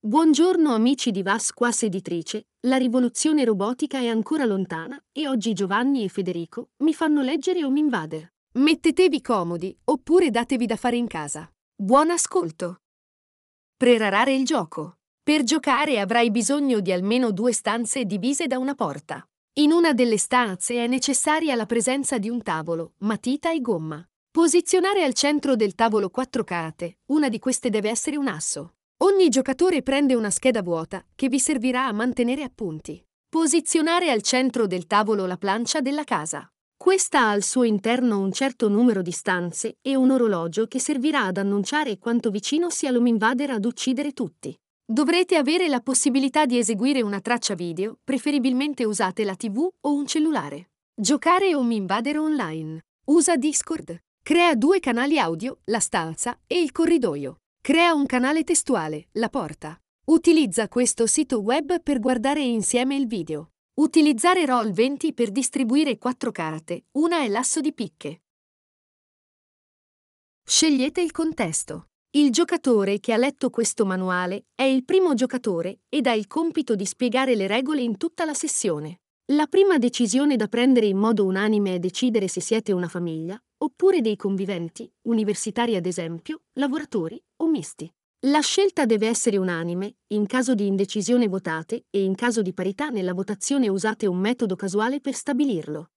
Buongiorno amici di Vasquas Editrice, la rivoluzione robotica è ancora lontana e oggi Giovanni e Federico mi fanno leggere Home Invader. Mettetevi comodi oppure datevi da fare in casa. Buon ascolto! Prerarare il gioco. Per giocare avrai bisogno di almeno 2 stanze divise da una porta. In una delle stanze è necessaria la presenza di un tavolo, matita e gomma. Posizionare al centro del tavolo 4 carte, una di queste deve essere un asso. Ogni giocatore prende una scheda vuota che vi servirà a mantenere appunti. Posizionare al centro del tavolo la plancia della casa. Questa ha al suo interno un certo numero di stanze e un orologio che servirà ad annunciare quanto vicino sia l'Home Invader ad uccidere tutti. Dovrete avere la possibilità di eseguire una traccia video, preferibilmente usate la TV o un cellulare. Giocare Home Invader online. Usa Discord. Crea 2 canali audio, la stanza e il corridoio. Crea un canale testuale, la porta. Utilizza questo sito web per guardare insieme il video. Utilizzare Roll20 per distribuire 4 carte, una è l'asso di picche. Scegliete il contesto. Il giocatore che ha letto questo manuale è il primo giocatore ed ha il compito di spiegare le regole in tutta la sessione. La prima decisione da prendere in modo unanime è decidere se siete una famiglia, oppure dei conviventi, universitari ad esempio, lavoratori o misti. La scelta deve essere unanime, in caso di indecisione votate e in caso di parità nella votazione usate un metodo casuale per stabilirlo.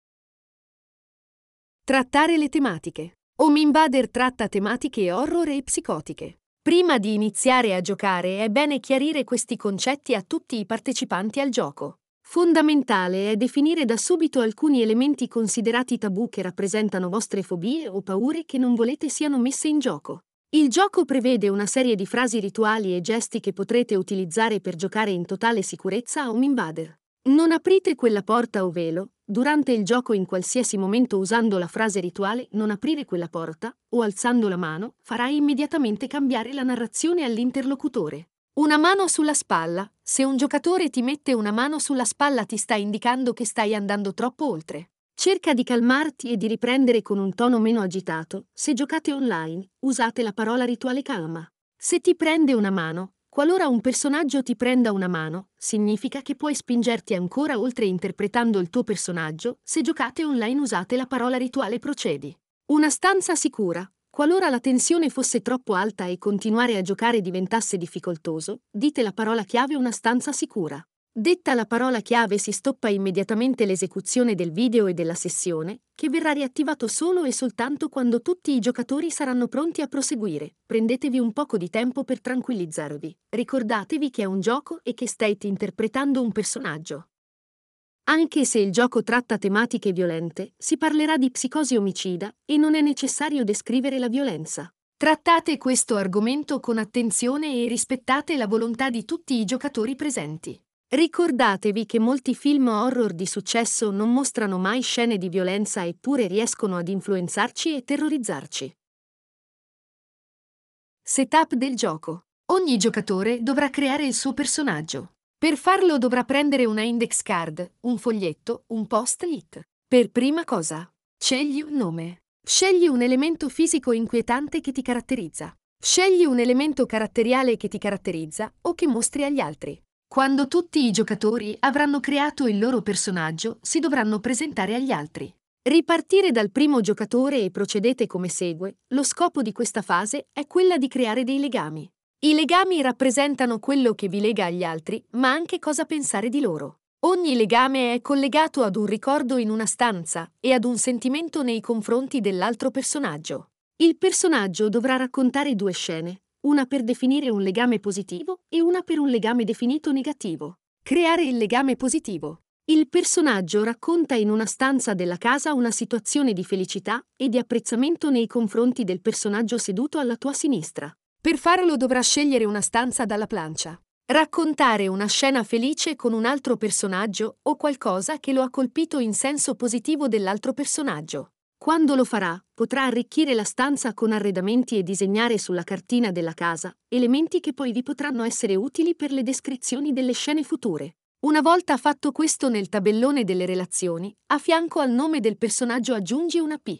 Trattare le tematiche. Home Invader tratta tematiche horror e psicotiche. Prima di iniziare a giocare è bene chiarire questi concetti a tutti i partecipanti al gioco. Fondamentale è definire da subito alcuni elementi considerati tabù che rappresentano vostre fobie o paure che non volete siano messe in gioco. Il gioco prevede una serie di frasi rituali e gesti che potrete utilizzare per giocare in totale sicurezza a Home Invader. Non aprite quella porta o velo. Durante il gioco in qualsiasi momento usando la frase rituale "non aprire quella porta" o alzando la mano, farai immediatamente cambiare la narrazione all'interlocutore. Una mano sulla spalla. Se un giocatore ti mette una mano sulla spalla ti sta indicando che stai andando troppo oltre. Cerca di calmarti e di riprendere con un tono meno agitato. Se giocate online, usate la parola rituale calma. Se ti prende una mano, qualora un personaggio ti prenda una mano, significa che puoi spingerti ancora oltre interpretando il tuo personaggio. Se giocate online usate la parola rituale procedi. Una stanza sicura. Qualora la tensione fosse troppo alta e continuare a giocare diventasse difficoltoso, dite la parola chiave una stanza sicura. Detta la parola chiave si stoppa immediatamente l'esecuzione del video e della sessione, che verrà riattivato solo e soltanto quando tutti i giocatori saranno pronti a proseguire. Prendetevi un poco di tempo per tranquillizzarvi. Ricordatevi che è un gioco e che state interpretando un personaggio. Anche se il gioco tratta tematiche violente, si parlerà di psicosi omicida e non è necessario descrivere la violenza. Trattate questo argomento con attenzione e rispettate la volontà di tutti i giocatori presenti. Ricordatevi che molti film horror di successo non mostrano mai scene di violenza eppure riescono ad influenzarci e terrorizzarci. Setup del gioco. Ogni giocatore dovrà creare il suo personaggio. Per farlo dovrà prendere una index card, un foglietto, un post-it. Per prima cosa, scegli un nome. Scegli un elemento fisico inquietante che ti caratterizza. Scegli un elemento caratteriale che ti caratterizza o che mostri agli altri. Quando tutti i giocatori avranno creato il loro personaggio, si dovranno presentare agli altri. Ripartire dal primo giocatore e procedete come segue. Lo scopo di questa fase è quella di creare dei legami. I legami rappresentano quello che vi lega agli altri, ma anche cosa pensare di loro. Ogni legame è collegato ad un ricordo in una stanza e ad un sentimento nei confronti dell'altro personaggio. Il personaggio dovrà raccontare 2 scene, una per definire un legame positivo e una per un legame definito negativo. Creare il legame positivo. Il personaggio racconta in una stanza della casa una situazione di felicità e di apprezzamento nei confronti del personaggio seduto alla tua sinistra. Per farlo dovrà scegliere una stanza dalla plancia. Raccontare una scena felice con un altro personaggio o qualcosa che lo ha colpito in senso positivo dell'altro personaggio. Quando lo farà, potrà arricchire la stanza con arredamenti e disegnare sulla cartina della casa elementi che poi vi potranno essere utili per le descrizioni delle scene future. Una volta fatto questo nel tabellone delle relazioni, a fianco al nome del personaggio aggiungi una P.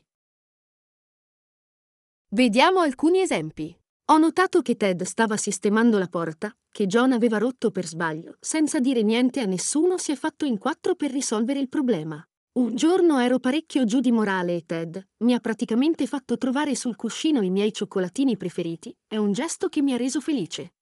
Vediamo alcuni esempi. Ho notato che Ted stava sistemando la porta, che John aveva rotto per sbaglio, senza dire niente a nessuno si è fatto in quattro per risolvere il problema. Un giorno ero parecchio giù di morale e Ted mi ha praticamente fatto trovare sul cuscino i miei cioccolatini preferiti, è un gesto che mi ha reso felice.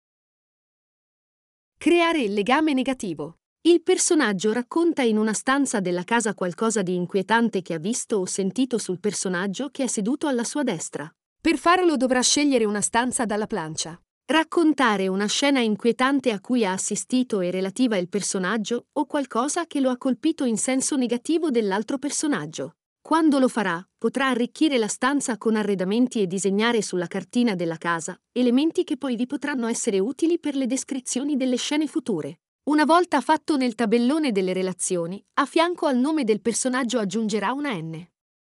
Creare il legame negativo. Il personaggio racconta in una stanza della casa qualcosa di inquietante che ha visto o sentito sul personaggio che è seduto alla sua destra. Per farlo dovrà scegliere una stanza dalla plancia. Raccontare una scena inquietante a cui ha assistito e relativa il personaggio o qualcosa che lo ha colpito in senso negativo dell'altro personaggio. Quando lo farà, potrà arricchire la stanza con arredamenti e disegnare sulla cartina della casa elementi che poi vi potranno essere utili per le descrizioni delle scene future. Una volta fatto nel tabellone delle relazioni, a fianco al nome del personaggio aggiungerà una N.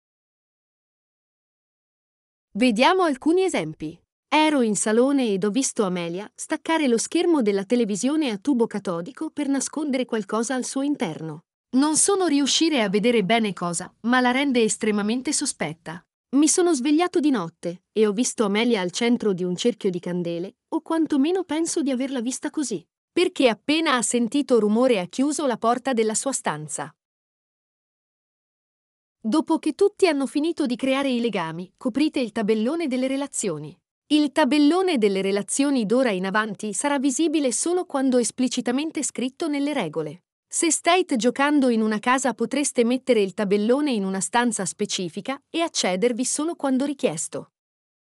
Vediamo alcuni esempi. Ero in salone ed ho visto Amelia staccare lo schermo della televisione a tubo catodico per nascondere qualcosa al suo interno. Non sono riuscire a vedere bene cosa, ma la rende estremamente sospetta. Mi sono svegliato di notte e ho visto Amelia al centro di un cerchio di candele, o quantomeno penso di averla vista così, perché appena ha sentito rumore ha chiuso la porta della sua stanza. Dopo che tutti hanno finito di creare i legami, coprite il tabellone delle relazioni. Il tabellone delle relazioni d'ora in avanti sarà visibile solo quando esplicitamente scritto nelle regole. Se state giocando in una casa potreste mettere il tabellone in una stanza specifica e accedervi solo quando richiesto.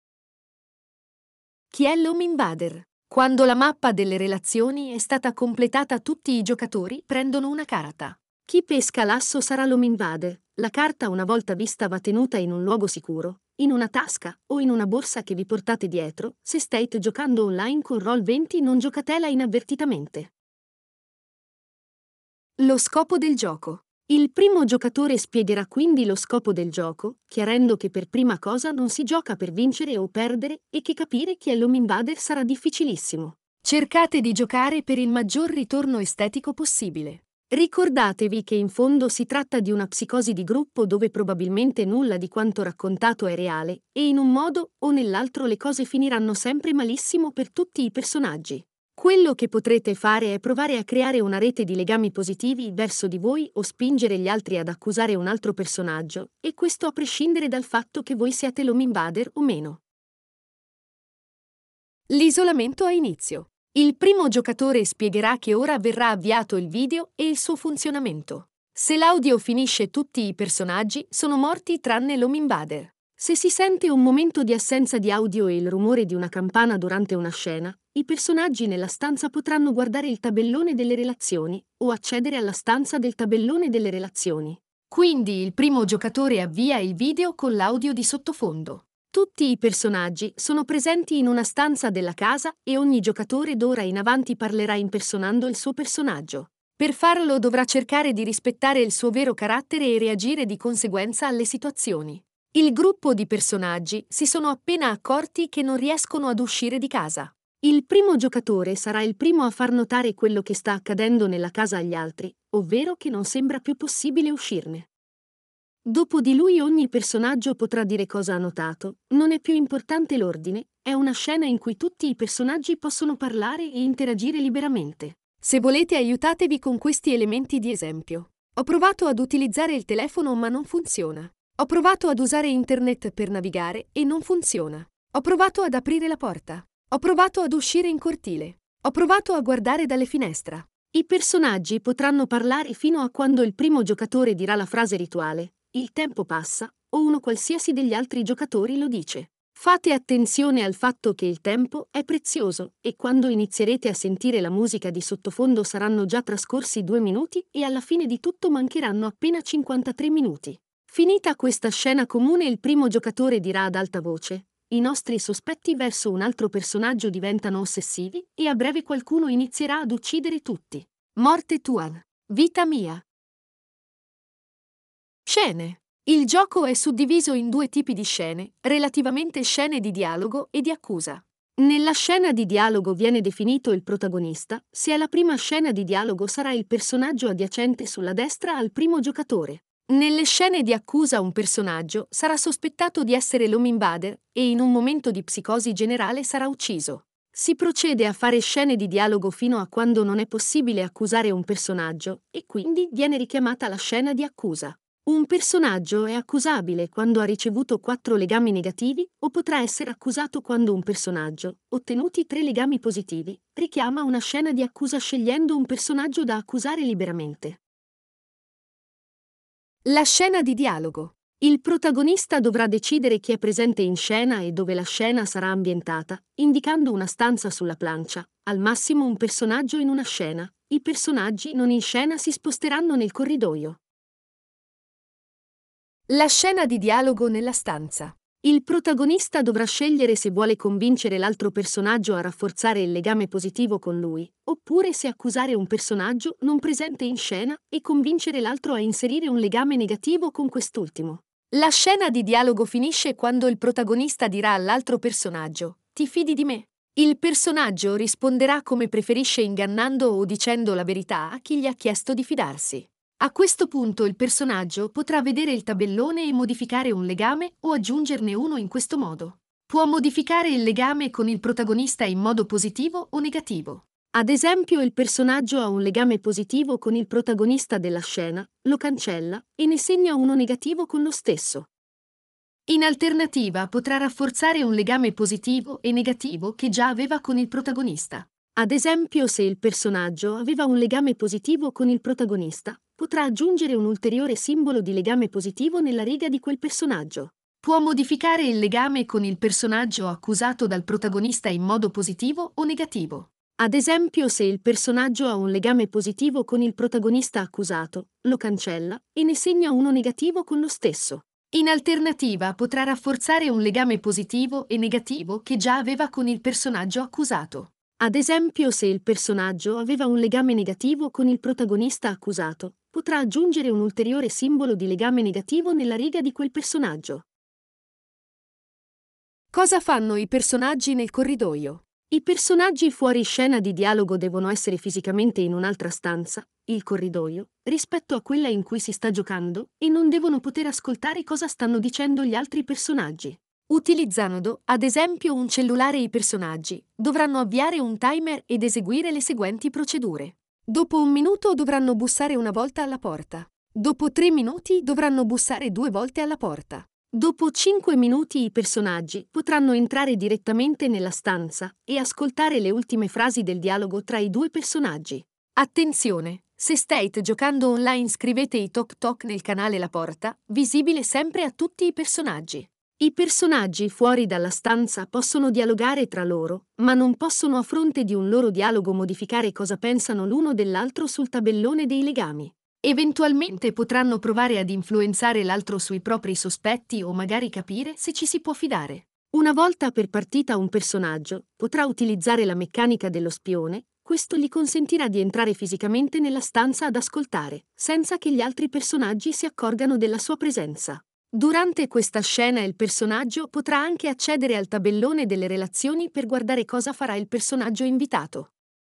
Chi è l'home invader? Quando la mappa delle relazioni è stata completata, tutti i giocatori prendono una carta. Chi pesca l'asso sarà l'home invader. La carta, una volta vista, va tenuta in un luogo sicuro, in una tasca o in una borsa che vi portate dietro. Se state giocando online con Roll20 non giocatela inavvertitamente. Lo scopo del gioco. Il primo giocatore spiegherà quindi lo scopo del gioco, chiarendo che per prima cosa non si gioca per vincere o perdere e che capire chi è l'home invader sarà difficilissimo. Cercate di giocare per il maggior ritorno estetico possibile. Ricordatevi che in fondo si tratta di una psicosi di gruppo dove probabilmente nulla di quanto raccontato è reale e in un modo o nell'altro le cose finiranno sempre malissimo per tutti i personaggi. Quello che potrete fare è provare a creare una rete di legami positivi verso di voi o spingere gli altri ad accusare un altro personaggio, e questo a prescindere dal fatto che voi siate l'home invader o meno. L'isolamento a inizio. Il primo giocatore spiegherà che ora verrà avviato il video e il suo funzionamento. Se l'audio finisce, tutti i personaggi sono morti tranne l'home invader. Se si sente un momento di assenza di audio e il rumore di una campana durante una scena, i personaggi nella stanza potranno guardare il tabellone delle relazioni o accedere alla stanza del tabellone delle relazioni. Quindi il primo giocatore avvia il video con l'audio di sottofondo. Tutti i personaggi sono presenti in una stanza della casa e ogni giocatore d'ora in avanti parlerà impersonando il suo personaggio. Per farlo dovrà cercare di rispettare il suo vero carattere e reagire di conseguenza alle situazioni. Il gruppo di personaggi si sono appena accorti che non riescono ad uscire di casa. Il primo giocatore sarà il primo a far notare quello che sta accadendo nella casa agli altri, ovvero che non sembra più possibile uscirne. Dopo di lui ogni personaggio potrà dire cosa ha notato, non è più importante l'ordine, è una scena in cui tutti i personaggi possono parlare e interagire liberamente. Se volete aiutatevi con questi elementi di esempio. Ho provato ad utilizzare il telefono ma non funziona. Ho provato ad usare internet per navigare e non funziona. Ho provato ad aprire la porta. Ho provato ad uscire in cortile. Ho provato a guardare dalle finestre. I personaggi potranno parlare fino a quando il primo giocatore dirà la frase rituale, il tempo passa, o uno qualsiasi degli altri giocatori lo dice. Fate attenzione al fatto che il tempo è prezioso e quando inizierete a sentire la musica di sottofondo saranno già trascorsi 2 minuti e alla fine di tutto mancheranno appena 53 minuti. Finita questa scena comune, il primo giocatore dirà ad alta voce: i nostri sospetti verso un altro personaggio diventano ossessivi e a breve qualcuno inizierà ad uccidere tutti. Morte tua. Vita mia. Scene. Il gioco è suddiviso in 2 tipi di scene, relativamente scene di dialogo e di accusa. Nella scena di dialogo viene definito il protagonista, se è la prima scena di dialogo sarà il personaggio adiacente sulla destra al primo giocatore. Nelle scene di accusa un personaggio sarà sospettato di essere l'home invader e in un momento di psicosi generale sarà ucciso. Si procede a fare scene di dialogo fino a quando non è possibile accusare un personaggio e quindi viene richiamata la scena di accusa. Un personaggio è accusabile quando ha ricevuto 4 legami negativi o potrà essere accusato quando un personaggio, ottenuti 3 legami positivi, richiama una scena di accusa scegliendo un personaggio da accusare liberamente. La scena di dialogo. Il protagonista dovrà decidere chi è presente in scena e dove la scena sarà ambientata, indicando una stanza sulla plancia, al massimo un personaggio in una scena. I personaggi non in scena si sposteranno nel corridoio. La scena di dialogo nella stanza. Il protagonista dovrà scegliere se vuole convincere l'altro personaggio a rafforzare il legame positivo con lui, oppure se accusare un personaggio non presente in scena e convincere l'altro a inserire un legame negativo con quest'ultimo. La scena di dialogo finisce quando il protagonista dirà all'altro personaggio: "Ti fidi di me?" Il personaggio risponderà come preferisce, ingannando o dicendo la verità a chi gli ha chiesto di fidarsi. A questo punto il personaggio potrà vedere il tabellone e modificare un legame o aggiungerne uno in questo modo. Può modificare il legame con il protagonista in modo positivo o negativo. Ad esempio, il personaggio ha un legame positivo con il protagonista della scena, lo cancella e ne segna uno negativo con lo stesso. In alternativa, potrà rafforzare un legame positivo e negativo che già aveva con il protagonista. Ad esempio, se il personaggio aveva un legame positivo con il protagonista, potrà aggiungere un ulteriore simbolo di legame positivo nella riga di quel personaggio. Può modificare il legame con il personaggio accusato dal protagonista in modo positivo o negativo. Ad esempio, se il personaggio ha un legame positivo con il protagonista accusato, lo cancella e ne segna uno negativo con lo stesso. In alternativa, potrà rafforzare un legame positivo e negativo che già aveva con il personaggio accusato. Ad esempio, se il personaggio aveva un legame negativo con il protagonista accusato, potrà aggiungere un ulteriore simbolo di legame negativo nella riga di quel personaggio. Cosa fanno i personaggi nel corridoio? I personaggi fuori scena di dialogo devono essere fisicamente in un'altra stanza, il corridoio, rispetto a quella in cui si sta giocando, e non devono poter ascoltare cosa stanno dicendo gli altri personaggi. Utilizzando, ad esempio, un cellulare, i personaggi dovranno avviare un timer ed eseguire le seguenti procedure. Dopo 1 minuto dovranno bussare una volta alla porta. Dopo 3 minuti dovranno bussare 2 volte alla porta. Dopo 5 minuti i personaggi potranno entrare direttamente nella stanza e ascoltare le ultime frasi del dialogo tra i 2 personaggi. Attenzione! Se state giocando online, scrivete i toc toc nel canale La Porta, visibile sempre a tutti i personaggi. I personaggi fuori dalla stanza possono dialogare tra loro, ma non possono, a fronte di un loro dialogo, modificare cosa pensano l'uno dell'altro sul tabellone dei legami. Eventualmente potranno provare ad influenzare l'altro sui propri sospetti o magari capire se ci si può fidare. Una volta per partita un personaggio potrà utilizzare la meccanica dello spione. Questo gli consentirà di entrare fisicamente nella stanza ad ascoltare, senza che gli altri personaggi si accorgano della sua presenza. Durante questa scena il personaggio potrà anche accedere al tabellone delle relazioni per guardare cosa farà il personaggio invitato.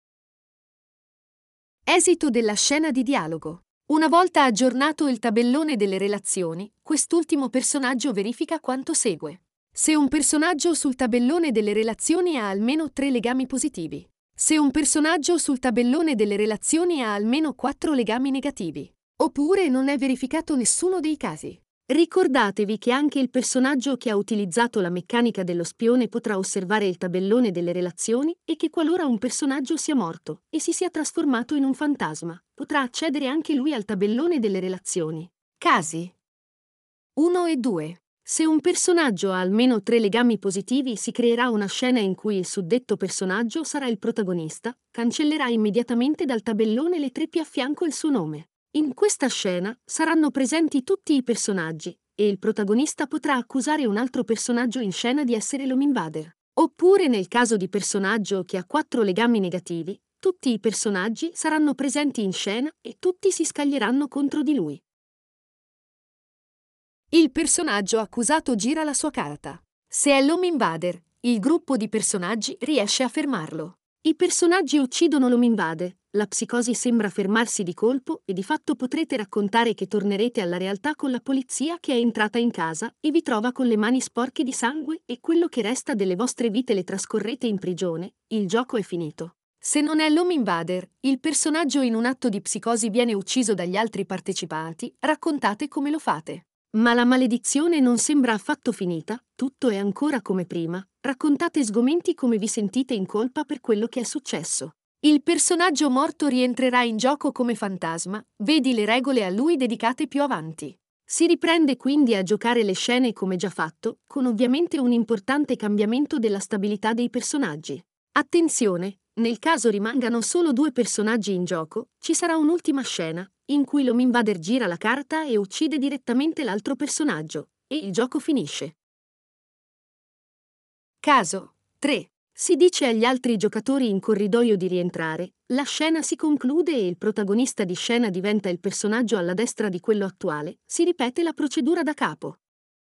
Esito della scena di dialogo. Una volta aggiornato il tabellone delle relazioni, quest'ultimo personaggio verifica quanto segue. Se un personaggio sul tabellone delle relazioni ha almeno 3 legami positivi. Se un personaggio sul tabellone delle relazioni ha almeno 4 legami negativi. Oppure non è verificato nessuno dei casi. Ricordatevi che anche il personaggio che ha utilizzato la meccanica dello spione potrà osservare il tabellone delle relazioni e che, qualora un personaggio sia morto e si sia trasformato in un fantasma, potrà accedere anche lui al tabellone delle relazioni. Casi 1 e 2. Se un personaggio ha almeno 3 legami positivi, si creerà una scena in cui il suddetto personaggio sarà il protagonista, cancellerà immediatamente dal tabellone le 3 più a fianco il suo nome. In questa scena saranno presenti tutti i personaggi e il protagonista potrà accusare un altro personaggio in scena di essere l'Hominvader. Oppure, nel caso di personaggio che ha 4 legami negativi, tutti i personaggi saranno presenti in scena e tutti si scaglieranno contro di lui. Il personaggio accusato gira la sua carta. Se è l'Hominvader, il gruppo di personaggi riesce a fermarlo. I personaggi uccidono l'Home Invader, la psicosi sembra fermarsi di colpo e di fatto potrete raccontare che tornerete alla realtà con la polizia che è entrata in casa e vi trova con le mani sporche di sangue e quello che resta delle vostre vite le trascorrete in prigione, il gioco è finito. Se non è l'Home Invader, il personaggio in un atto di psicosi viene ucciso dagli altri partecipanti, raccontate come lo fate. Ma la maledizione non sembra affatto finita, tutto è ancora come prima, raccontate sgomenti come vi sentite in colpa per quello che è successo. Il personaggio morto rientrerà in gioco come fantasma, vedi le regole a lui dedicate più avanti. Si riprende quindi a giocare le scene come già fatto, con ovviamente un importante cambiamento della stabilità dei personaggi. Attenzione, nel caso rimangano solo 2 personaggi in gioco, ci sarà un'ultima scena, in cui l'Home Invader gira la carta e uccide direttamente l'altro personaggio, e il gioco finisce. Caso 3. Si dice agli altri giocatori in corridoio di rientrare, la scena si conclude e il protagonista di scena diventa il personaggio alla destra di quello attuale, si ripete la procedura da capo.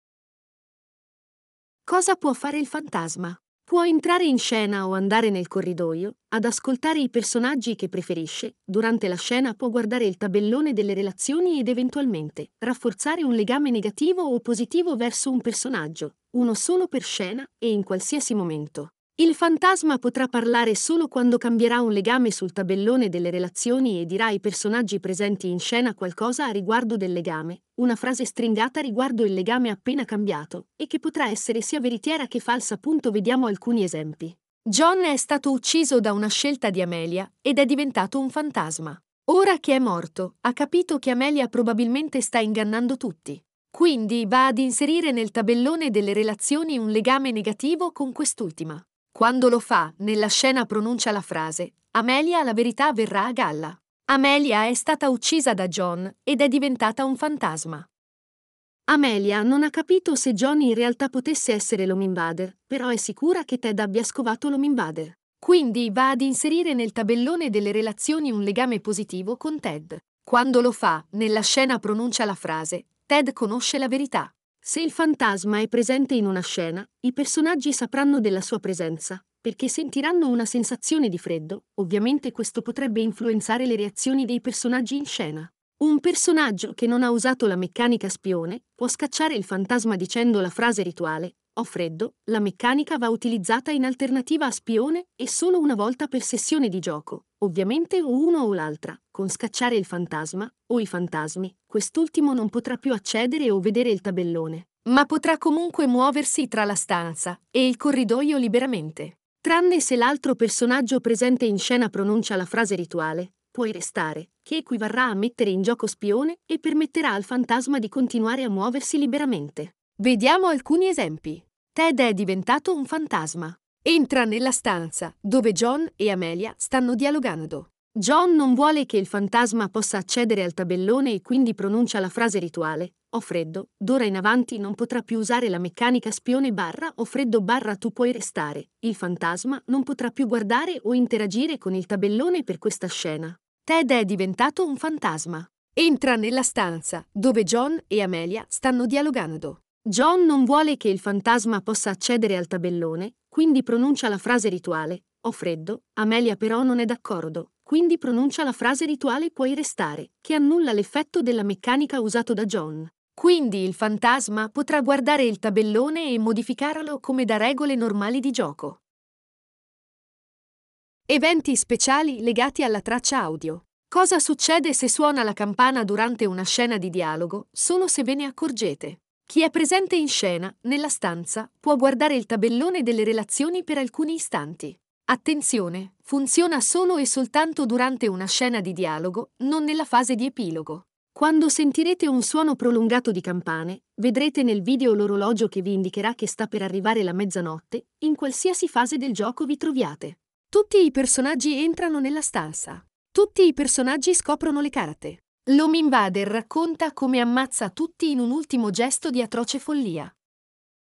Cosa può fare il fantasma? Può entrare in scena o andare nel corridoio, ad ascoltare i personaggi che preferisce, durante la scena può guardare il tabellone delle relazioni ed eventualmente rafforzare un legame negativo o positivo verso un personaggio, uno solo per scena e in qualsiasi momento. Il fantasma potrà parlare solo quando cambierà un legame sul tabellone delle relazioni e dirà ai personaggi presenti in scena qualcosa a riguardo del legame, una frase stringata riguardo il legame appena cambiato, e che potrà essere sia veritiera che falsa. Vediamo alcuni esempi. John è stato ucciso da una scelta di Amelia ed è diventato un fantasma. Ora che è morto, ha capito che Amelia probabilmente sta ingannando tutti. Quindi va ad inserire nel tabellone delle relazioni un legame negativo con quest'ultima. Quando lo fa, nella scena pronuncia la frase «Amelia la verità verrà a galla». Amelia è stata uccisa da John ed è diventata un fantasma. Amelia non ha capito se John in realtà potesse essere l'Home Invader, però è sicura che Ted abbia scovato l'Home Invader. Quindi va ad inserire nel tabellone delle relazioni un legame positivo con Ted. Quando lo fa, nella scena pronuncia la frase «Ted conosce la verità». Se il fantasma è presente in una scena, i personaggi sapranno della sua presenza, perché sentiranno una sensazione di freddo, ovviamente questo potrebbe influenzare le reazioni dei personaggi in scena. Un personaggio che non ha usato la meccanica spione può scacciare il fantasma dicendo la frase rituale «Ho freddo», la meccanica va utilizzata in alternativa a spione e solo una volta per sessione di gioco, ovviamente o uno o l'altra, con scacciare il fantasma o i fantasmi, quest'ultimo non potrà più accedere o vedere il tabellone, ma potrà comunque muoversi tra la stanza e il corridoio liberamente. Tranne se l'altro personaggio presente in scena pronuncia la frase rituale, puoi restare, che equivarrà a mettere in gioco spione e permetterà al fantasma di continuare a muoversi liberamente. Vediamo alcuni esempi. Ted è diventato un fantasma. Entra nella stanza, dove John e Amelia stanno dialogando. John non vuole che il fantasma possa accedere al tabellone e quindi pronuncia la frase rituale «Ho freddo», d'ora in avanti non potrà più usare la meccanica spione barra «Ho freddo barra tu puoi restare». Il fantasma non potrà più guardare o interagire con il tabellone per questa scena. Ted è diventato un fantasma. Entra nella stanza, dove John e Amelia stanno dialogando. John non vuole che il fantasma possa accedere al tabellone, quindi pronuncia la frase rituale «Ho freddo», Amelia però non è d'accordo, quindi pronuncia la frase rituale «Puoi restare», che annulla l'effetto della meccanica usato da John. Quindi il fantasma potrà guardare il tabellone e modificarlo come da regole normali di gioco. Eventi speciali legati alla traccia audio. Cosa succede se suona la campana durante una scena di dialogo, solo se ve ne accorgete? Chi è presente in scena, nella stanza, può guardare il tabellone delle relazioni per alcuni istanti. Attenzione, funziona solo e soltanto durante una scena di dialogo, non nella fase di epilogo. Quando sentirete un suono prolungato di campane, vedrete nel video l'orologio che vi indicherà che sta per arrivare la mezzanotte, in qualsiasi fase del gioco vi troviate. Tutti i personaggi entrano nella stanza. Tutti i personaggi scoprono le carte. L'Home Invader racconta come ammazza tutti in un ultimo gesto di atroce follia.